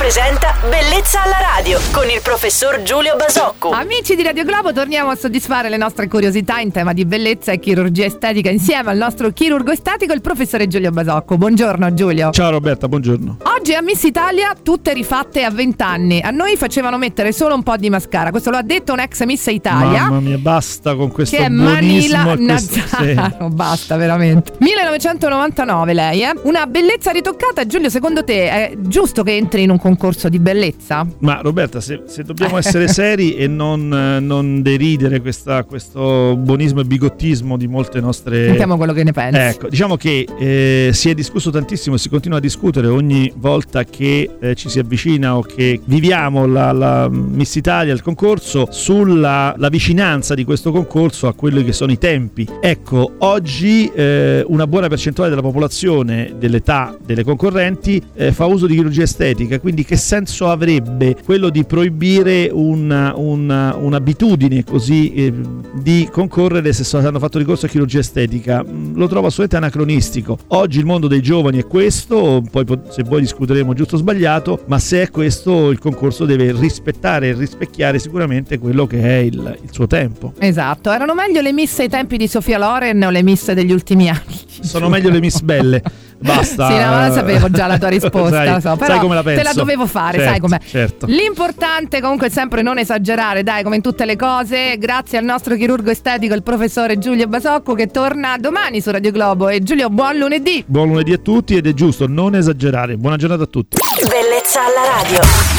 presenta Bellezza alla radio con il professor Giulio Basocco. Amici di Radio Globo, torniamo a soddisfare le nostre curiosità in tema di bellezza e chirurgia estetica insieme al nostro chirurgo estetico, il professore Giulio Basocco. Buongiorno Giulio. Ciao Roberta, buongiorno. Oggi a Miss Italia tutte rifatte a 20 anni. A noi facevano mettere solo un po' di mascara. Questo lo ha detto un ex Miss Italia. Mamma mia, basta con questo che è Manila Nazaro. Basta veramente. 1999 lei, Una bellezza ritoccata. Giulio, secondo te è giusto che entri in un concorso di bellezza? Ma Roberta, se dobbiamo essere seri e non deridere questo buonismo e bigottismo di molte nostre... Sentiamo quello che ne pensi. Ecco, diciamo che si è discusso tantissimo e si continua a discutere ogni volta che ci si avvicina o che viviamo la Miss Italia, il concorso, sulla vicinanza di questo concorso a quelli che sono i tempi. Ecco, oggi una buona percentuale della popolazione, dell'età delle concorrenti, fa uso di chirurgia estetica, quindi che senso avrebbe quello di proibire un'abitudine così di concorrere se hanno fatto ricorso a chirurgia estetica? Lo trovo assolutamente anacronistico. Oggi il mondo dei giovani è questo, poi se voi discuteremo giusto o sbagliato, ma se è questo il concorso deve rispettare e rispecchiare sicuramente quello che è il suo tempo. Esatto, erano meglio le miss ai tempi di Sofia Loren o le miss degli ultimi anni? Sono meglio le miss belle. Basta. Sì, no, la sapevo già la tua risposta, sai, però sai come la penso. te la dovevo fare, certo, sai com'è. Certo. L'importante comunque è sempre non esagerare, dai, come in tutte le cose. Grazie al nostro chirurgo estetico, il professore Giulio Basocco, che torna domani su Radio Globo. E Giulio, buon lunedì. Buon lunedì a tutti, ed è giusto non esagerare. Buona giornata a tutti. Bellezza alla radio.